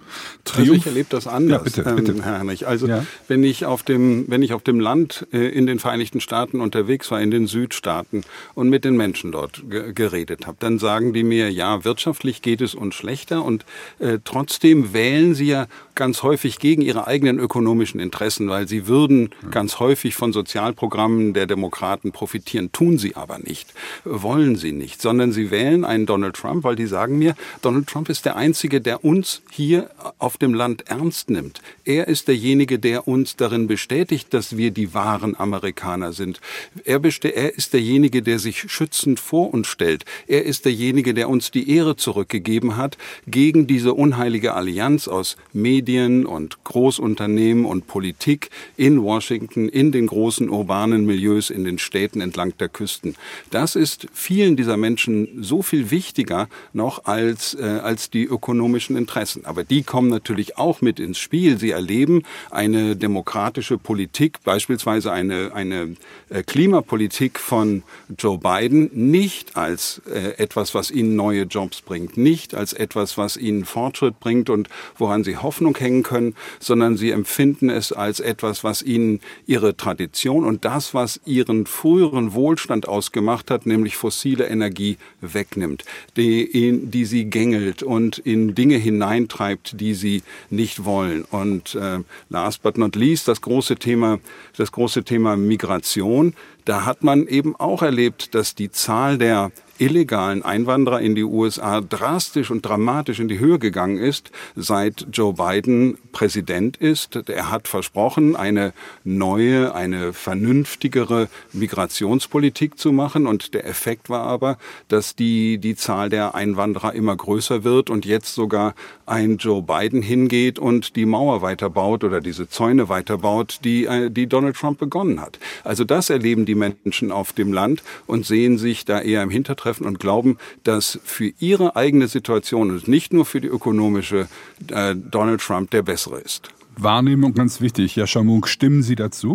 Also ich erlebe das anders, ja, bitte, bitte. Ähm, Herr Hernich. Also ja. wenn ich auf dem, wenn ich auf dem Land äh, in den Vereinigten Staaten unterwegs war, in den Südstaaten und mit den Menschen dort ge- geredet habe, dann sagen die mir, ja, wirtschaftlich geht es uns schlechter und äh, trotzdem wählen sie ja ganz häufig gegen ihre eigenen ökonomischen Interessen, weil sie würden ja. ganz häufig von Sozialprogrammen der Demokraten profitieren, tun sie aber nicht, wollen sie nicht, sondern sie wählen einen Donald Trump, weil die sagen mir, Donald Trump ist der Einzige, der uns hier auf dem Land ernst nimmt. Er ist derjenige, der uns darin bestätigt, dass wir die wahren Amerikaner sind. Er, beste- er ist derjenige, der sich schützend vor uns stellt. Er ist derjenige, der uns die Ehre zurückgegeben hat gegen diese unheilige Allianz aus Medien und Großunternehmen und Politik in Washington, in den großen urbanen Milieus, in den Städten entlang der Küsten. Das ist vielen dieser Menschen so viel wichtiger noch als, äh, als die ökonomischen Interessen. Aber die kommen natürlich auch mit ins Spiel. Sie erleben eine demokratische Politik, beispielsweise eine, eine Klimapolitik von Joe Biden, nicht als äh, etwas, was ihnen neue Jobs bringt, nicht als etwas, was ihnen Fortschritt bringt und woran sie Hoffnung hängen können, sondern sie empfinden es als etwas, was ihnen ihre Tradition und das, was ihren früheren Wohlstand ausgemacht hat, nämlich fossile Energie, wegnimmt, die, die sie gängelt und in Dinge hineintreibt, die sie nicht wollen. Und äh, last but not least, das große Thema, das große Thema Migration. Da hat man eben auch erlebt, dass die Zahl der illegalen Einwanderer in die U S A drastisch und dramatisch in die Höhe gegangen ist, seit Joe Biden Präsident ist. Er hat versprochen, eine neue, eine vernünftigere Migrationspolitik zu machen. Und der Effekt war aber, dass die, die Zahl der Einwanderer immer größer wird und jetzt sogar ein Joe Biden hingeht und die Mauer weiterbaut oder diese Zäune weiterbaut, die, die Donald Trump begonnen hat. Also das erleben die Menschen auf dem Land und sehen sich da eher im Hintertreffen und glauben, dass für ihre eigene Situation und nicht nur für die ökonomische äh, Donald Trump der bessere ist. Wahrnehmung ganz wichtig. Jascha Munk, stimmen Sie dazu?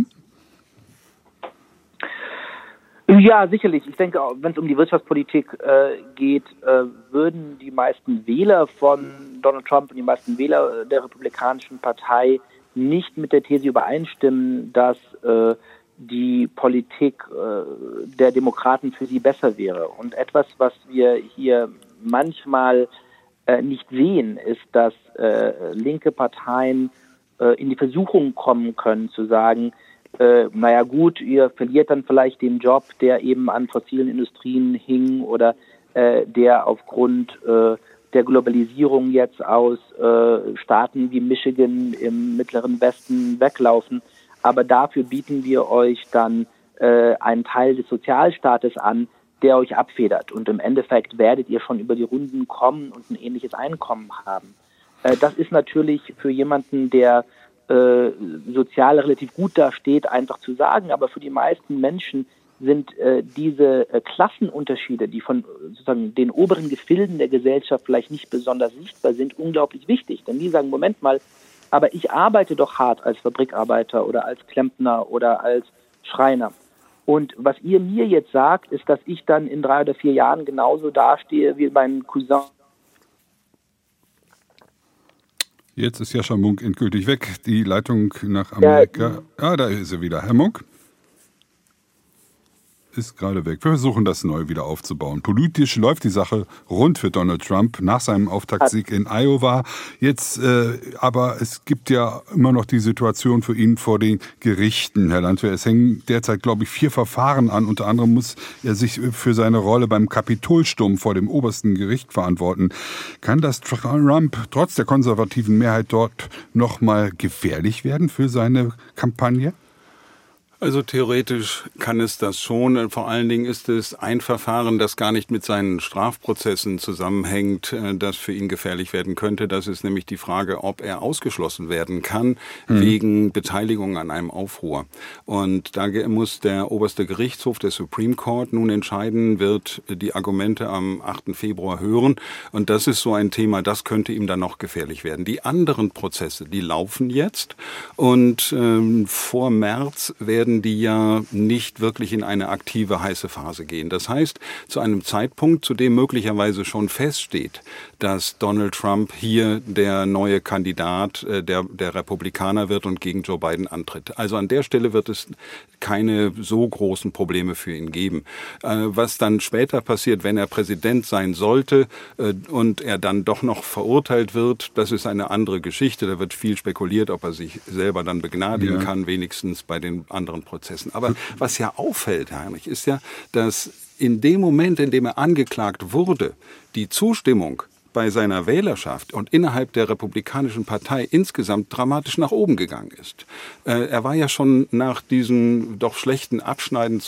Ja, sicherlich. Ich denke, wenn es um die Wirtschaftspolitik äh, geht, äh, würden die meisten Wähler von Donald Trump und die meisten Wähler der Republikanischen Partei nicht mit der These übereinstimmen, dass äh, die Politik äh, der Demokraten für sie besser wäre. Und etwas, was wir hier manchmal äh, nicht sehen, ist, dass äh, linke Parteien äh, in die Versuchung kommen können, zu sagen, äh, naja gut, ihr verliert dann vielleicht den Job, der eben an fossilen Industrien hing oder äh, der aufgrund äh, der Globalisierung jetzt aus äh, Staaten wie Michigan im Mittleren Westen weglaufen. Aber dafür bieten wir euch dann äh, einen Teil des Sozialstaates an, der euch abfedert. Und im Endeffekt werdet ihr schon über die Runden kommen und ein ähnliches Einkommen haben. Äh, das ist natürlich für jemanden, der äh, sozial relativ gut dasteht, einfach zu sagen. Aber für die meisten Menschen sind äh, diese äh, Klassenunterschiede, die von sozusagen den oberen Gefilden der Gesellschaft vielleicht nicht besonders sichtbar sind, unglaublich wichtig. Denn die sagen, Moment mal, aber ich arbeite doch hart als Fabrikarbeiter oder als Klempner oder als Schreiner. Und was ihr mir jetzt sagt, ist, dass ich dann in drei oder vier Jahren genauso dastehe wie mein Cousin. Jetzt ist Jascha Munk endgültig weg. Die Leitung nach Amerika. Ja, ah, da ist er wieder. Herr Munk? Ist gerade weg. Wir versuchen das neu wieder aufzubauen. Politisch läuft die Sache rund für Donald Trump nach seinem Auftaktsieg in Iowa. Jetzt, äh, aber es gibt ja immer noch die Situation für ihn vor den Gerichten, Herr Landwehr. Es hängen derzeit, glaube ich, vier Verfahren an. Unter anderem muss er sich für seine Rolle beim Kapitolsturm vor dem obersten Gericht verantworten. Kann das Trump trotz der konservativen Mehrheit dort noch mal gefährlich werden für seine Kampagne? Also theoretisch kann es das schon. Vor allen Dingen ist es ein Verfahren, das gar nicht mit seinen Strafprozessen zusammenhängt, das für ihn gefährlich werden könnte. Das ist nämlich die Frage, ob er ausgeschlossen werden kann mhm. wegen Beteiligung an einem Aufruhr. Und da muss der oberste Gerichtshof, der Supreme Court, nun entscheiden, wird die Argumente am achten Februar hören. Und das ist so ein Thema, das könnte ihm dann noch gefährlich werden. Die anderen Prozesse, die laufen jetzt. Und ähm, vor März werden die ja nicht wirklich in eine aktive, heiße Phase gehen. Das heißt, zu einem Zeitpunkt, zu dem möglicherweise schon feststeht, dass Donald Trump hier der neue Kandidat äh, der, der Republikaner wird und gegen Joe Biden antritt. Also an der Stelle wird es keine so großen Probleme für ihn geben. Äh, was dann später passiert, wenn er Präsident sein sollte äh, und er dann doch noch verurteilt wird, das ist eine andere Geschichte. Da wird viel spekuliert, ob er sich selber dann begnadigen ja. kann, wenigstens bei den anderen Prozessen. Aber was ja auffällt, Herr Heinrich, ist ja, dass in dem Moment, in dem er angeklagt wurde, die Zustimmung bei seiner Wählerschaft und innerhalb der Republikanischen Partei insgesamt dramatisch nach oben gegangen ist. Äh, er war ja schon nach diesem doch schlechten Abschneiden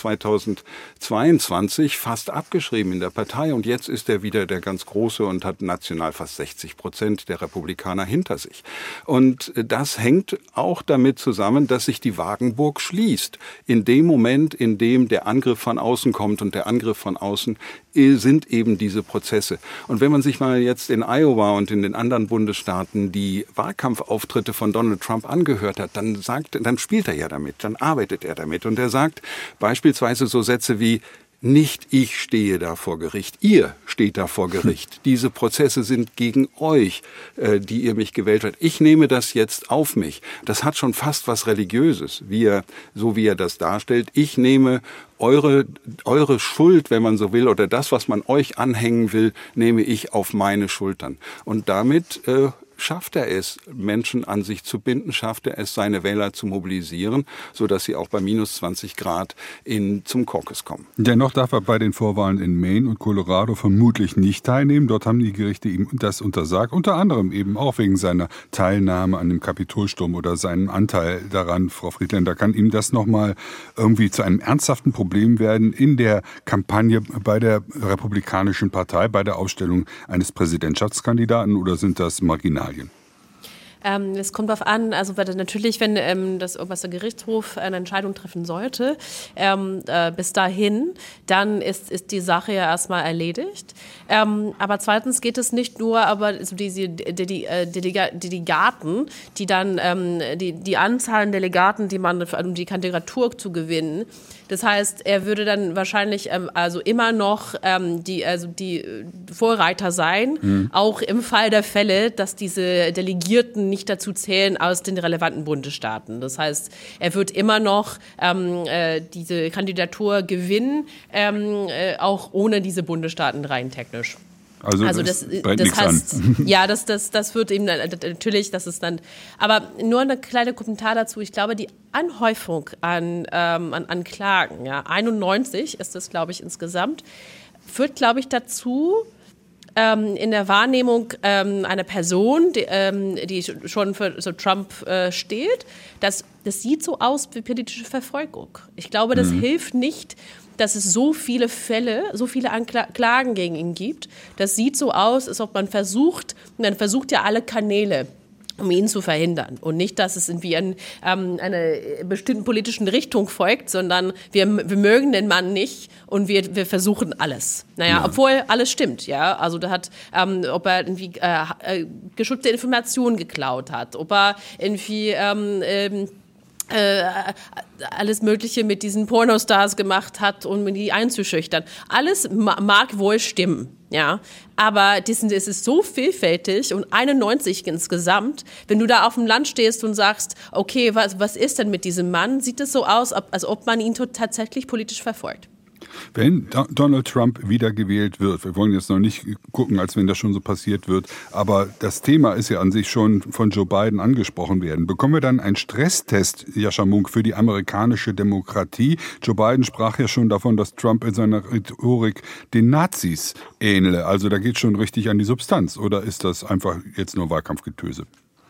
zweitausendzweiundzwanzig fast abgeschrieben in der Partei und jetzt ist er wieder der ganz Große und hat national fast sechzig Prozent der Republikaner hinter sich. Und das hängt auch damit zusammen, dass sich die Wagenburg schließt. In dem Moment, in dem der Angriff von außen kommt und der Angriff von außen sind eben diese Prozesse. Und wenn man sich mal jetzt in Iowa und in den anderen Bundesstaaten die Wahlkampfauftritte von Donald Trump angehört hat, dann sagt, dann spielt er ja damit, dann arbeitet er damit. Und er sagt beispielsweise so Sätze wie: Nicht ich stehe da vor Gericht, ihr steht da vor Gericht. Diese Prozesse sind gegen euch, äh, die ihr mich gewählt habt. Ich nehme das jetzt auf mich. Das hat schon fast was Religiöses, wie er, so wie er das darstellt. Ich nehme eure, eure Schuld, wenn man so will, oder das, was man euch anhängen will, nehme ich auf meine Schultern. Und damit äh, schafft er es, Menschen an sich zu binden, schafft er es, seine Wähler zu mobilisieren, sodass sie auch bei minus zwanzig Grad in, zum Caucus kommen. Dennoch darf er bei den Vorwahlen in Maine und Colorado vermutlich nicht teilnehmen. Dort haben die Gerichte ihm das untersagt, unter anderem eben auch wegen seiner Teilnahme an dem Kapitolsturm oder seinem Anteil daran. Frau Friedländer, kann ihm das nochmal irgendwie zu einem ernsthaften Problem werden in der Kampagne bei der Republikanischen Partei, bei der Aufstellung eines Präsidentschaftskandidaten, oder sind das marginal? Ähm, es kommt darauf an, also weil natürlich, wenn ähm, das oberste Gerichtshof eine Entscheidung treffen sollte, ähm, äh, bis dahin, dann ist, ist die Sache ja erstmal erledigt. Ähm, aber zweitens geht es nicht nur, aber also diese die, die, die, Delegaten, die dann ähm, die, die Anzahl an Delegaten, die man, um die Kandidatur zu gewinnen. Das heißt, er würde dann wahrscheinlich ähm, also immer noch ähm, die, also die Vorreiter sein, mhm. auch im Fall der Fälle, dass diese Delegierten nicht dazu zählen aus den relevanten Bundesstaaten. Das heißt, er wird immer noch ähm, äh, diese Kandidatur gewinnen, ähm, äh, auch ohne diese Bundesstaaten rein technisch. Also, also das, das, das heißt, an. ja, das, das, das wird eben natürlich, das ist dann, aber nur eine kleine Kommentar dazu. Ich glaube, die Anhäufung an, ähm, an, an Klagen, ja, einundneunzig ist das, glaube ich, insgesamt, führt, glaube ich, dazu, ähm, in der Wahrnehmung ähm, einer Person, die, ähm, die schon für so Trump äh, steht, dass das sieht so aus wie politische Verfolgung. Ich glaube, das mhm. hilft nicht, dass es so viele Fälle, so viele Anklagen gegen ihn gibt. Das sieht so aus, als ob man versucht, man versucht ja alle Kanäle, um ihn zu verhindern. Und nicht, dass es irgendwie an ähm, einer bestimmten politischen Richtung folgt, sondern wir, wir mögen den Mann nicht und wir, wir versuchen alles. Naja, ja. Obwohl alles stimmt, ja. Also da hat, ähm, ob er irgendwie äh, geschützte Informationen geklaut hat, ob er irgendwie ähm, ähm, Äh, alles Mögliche mit diesen Pornostars gemacht hat, um die einzuschüchtern. Alles ma- mag wohl stimmen, ja. Aber das, das ist so vielfältig und einundneunzig insgesamt. Wenn du da auf dem Land stehst und sagst, okay, was, was ist denn mit diesem Mann? Sieht es so aus, als ob man ihn tatsächlich politisch verfolgt. Wenn Donald Trump wiedergewählt wird, wir wollen jetzt noch nicht gucken, als wenn das schon so passiert wird, aber das Thema ist ja an sich schon von Joe Biden angesprochen werden. Bekommen wir dann einen Stresstest, Jascha Munk, für die amerikanische Demokratie? Joe Biden sprach ja schon davon, dass Trump in seiner Rhetorik den Nazis ähnele. Also da geht es schon richtig an die Substanz. Oder ist das einfach jetzt nur Wahlkampfgetöse?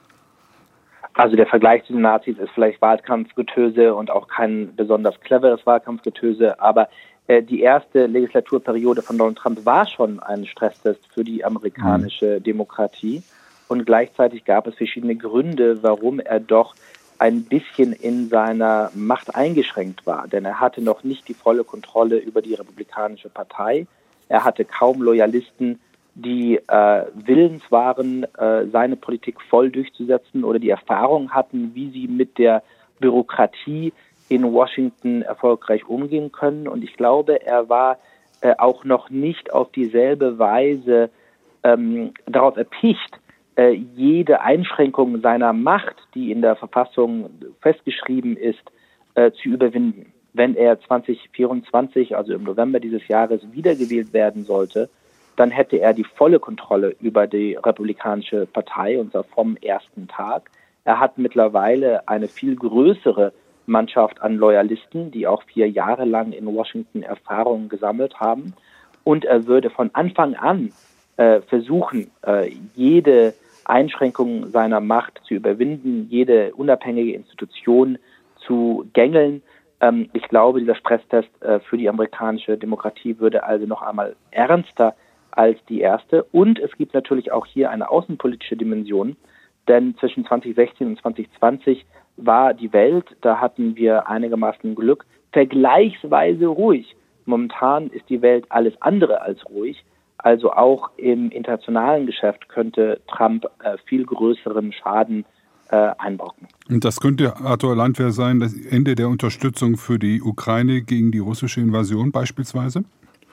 Also der Vergleich zu den Nazis ist vielleicht Wahlkampfgetöse und auch kein besonders cleveres Wahlkampfgetöse, aber äh, die erste Legislaturperiode von Donald Trump war schon ein Stresstest für die amerikanische mhm. Demokratie und gleichzeitig gab es verschiedene Gründe, warum er doch ein bisschen in seiner Macht eingeschränkt war, denn er hatte noch nicht die volle Kontrolle über die Republikanische Partei, er hatte kaum Loyalisten, die äh, willens waren, äh, seine Politik voll durchzusetzen oder die Erfahrung hatten, wie sie mit der Bürokratie in Washington erfolgreich umgehen können. Und ich glaube, er war äh, auch noch nicht auf dieselbe Weise ähm, darauf erpicht, äh, jede Einschränkung seiner Macht, die in der Verfassung festgeschrieben ist, äh, zu überwinden. Wenn er zwanzig vierundzwanzig, also im November dieses Jahres, wiedergewählt werden sollte, dann hätte er die volle Kontrolle über die Republikanische Partei, und zwar vom ersten Tag. Er hat mittlerweile eine viel größere Mannschaft an Loyalisten, die auch vier Jahre lang in Washington Erfahrungen gesammelt haben. Und er würde von Anfang an äh, versuchen, äh, jede Einschränkung seiner Macht zu überwinden, jede unabhängige Institution zu gängeln. Ähm, ich glaube, dieser Stresstest äh, für die amerikanische Demokratie würde also noch einmal ernster als die erste. Und es gibt natürlich auch hier eine außenpolitische Dimension, denn zwischen zwanzig sechzehn und zwanzig zwanzig war die Welt, da hatten wir einigermaßen Glück, vergleichsweise ruhig. Momentan ist die Welt alles andere als ruhig. Also auch im internationalen Geschäft könnte Trump äh, viel größeren Schaden äh, einbrocken. Und das könnte, Arthur Landwehr, sein, das Ende der Unterstützung für die Ukraine gegen die russische Invasion beispielsweise?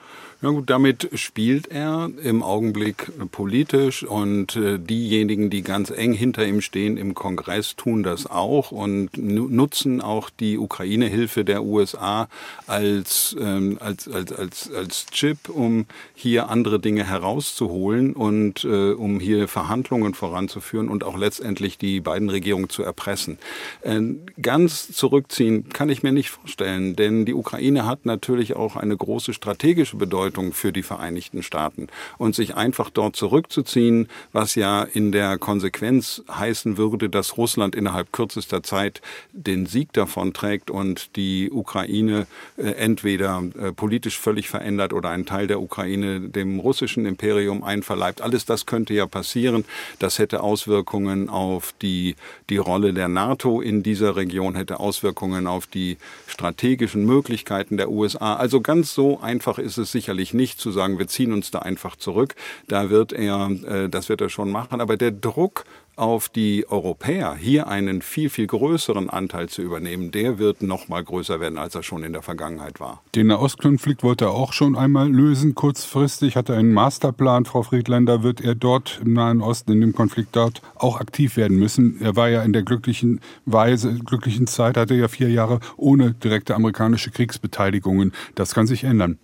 Ja gut, damit spielt er im Augenblick politisch und äh, diejenigen, die ganz eng hinter ihm stehen im Kongress, tun das auch und nutzen auch die Ukraine-Hilfe der U S A als, ähm, als, als, als, als Chip, um hier andere Dinge herauszuholen und äh, um hier Verhandlungen voranzuführen und auch letztendlich die beiden Regierungen zu erpressen. Äh, ganz zurückziehen kann ich mir nicht vorstellen, denn die Ukraine hat natürlich auch eine große strategische Bedeutung für die Vereinigten Staaten. Und sich einfach dort zurückzuziehen, was ja in der Konsequenz heißen würde, dass Russland innerhalb kürzester Zeit den Sieg davon trägt und die Ukraine äh, entweder äh, politisch völlig verändert oder einen Teil der Ukraine dem russischen Imperium einverleibt. Alles das könnte ja passieren. Das hätte Auswirkungen auf die, die Rolle der NATO in dieser Region, hätte Auswirkungen auf die strategischen Möglichkeiten der U S A. Also ganz so einfach ist es sicherlich nicht zu sagen, wir ziehen uns da einfach zurück. Da wird er, äh, das wird er schon machen. Aber der Druck auf die Europäer, hier einen viel, viel größeren Anteil zu übernehmen, der wird noch mal größer werden, als er schon in der Vergangenheit war. Den Nahostkonflikt wollte er auch schon einmal lösen, kurzfristig. Hat er einen Masterplan, Frau Friedländer, wird er dort im Nahen Osten, in dem Konflikt dort auch aktiv werden müssen. Er war ja in der glücklichen Weise, glücklichen Zeit, hatte ja vier Jahre ohne direkte amerikanische Kriegsbeteiligungen. Das kann sich ändern.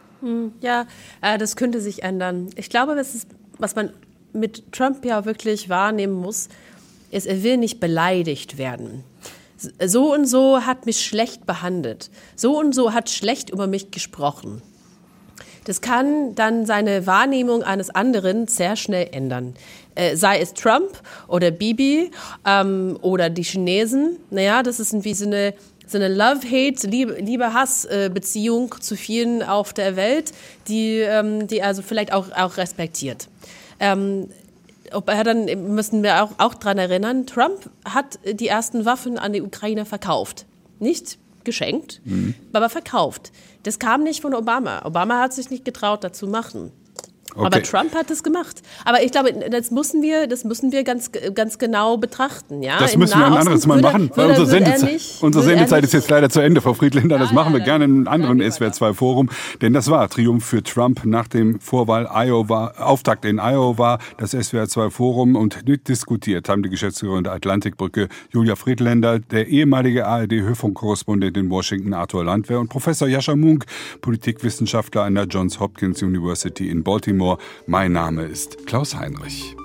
Ja, äh, das könnte sich ändern. Ich glaube, was, ist, was man mit Trump ja wirklich wahrnehmen muss, ist, er will nicht beleidigt werden. So und so hat mich schlecht behandelt. So und so hat schlecht über mich gesprochen. Das kann dann seine Wahrnehmung eines anderen sehr schnell ändern. Äh, sei es Trump oder Bibi ähm, oder die Chinesen. Naja, das ist wie so eine so eine Love-Hate, Liebe-Hass-Beziehung zu vielen auf der Welt, die, ähm, die also vielleicht auch, auch respektiert. Ähm, ob er dann, müssen wir auch, auch dran erinnern, Trump hat die ersten Waffen an die Ukraine verkauft. Nicht geschenkt, mhm. aber verkauft. Das kam nicht von Obama. Obama hat sich nicht getraut, das zu machen. Okay. Aber Trump hat es gemacht. Aber ich glaube, das müssen wir, das müssen wir ganz, ganz genau betrachten. Ja? Das müssen wir ein anderes Mal machen, weil unsere, Sendezeit, nicht, unsere Sendezeit ist jetzt leider zu Ende, Frau Friedländer. Das ja, machen wir ja, gerne in einem anderen S W R zwei Forum. Denn das war Triumph für Trump nach dem Vorwahl Iowa, Auftakt in Iowa, das S W R zwei Forum. Und mitdiskutiert haben die Geschäftsführerin der Atlantikbrücke Julia Friedländer, der ehemalige A R D-Hörfunkkorrespondent in Washington Arthur Landwehr und Professor Jascha Munk, Politikwissenschaftler an der Johns Hopkins University in Baltimore. Mein Name ist Klaus Heinrich.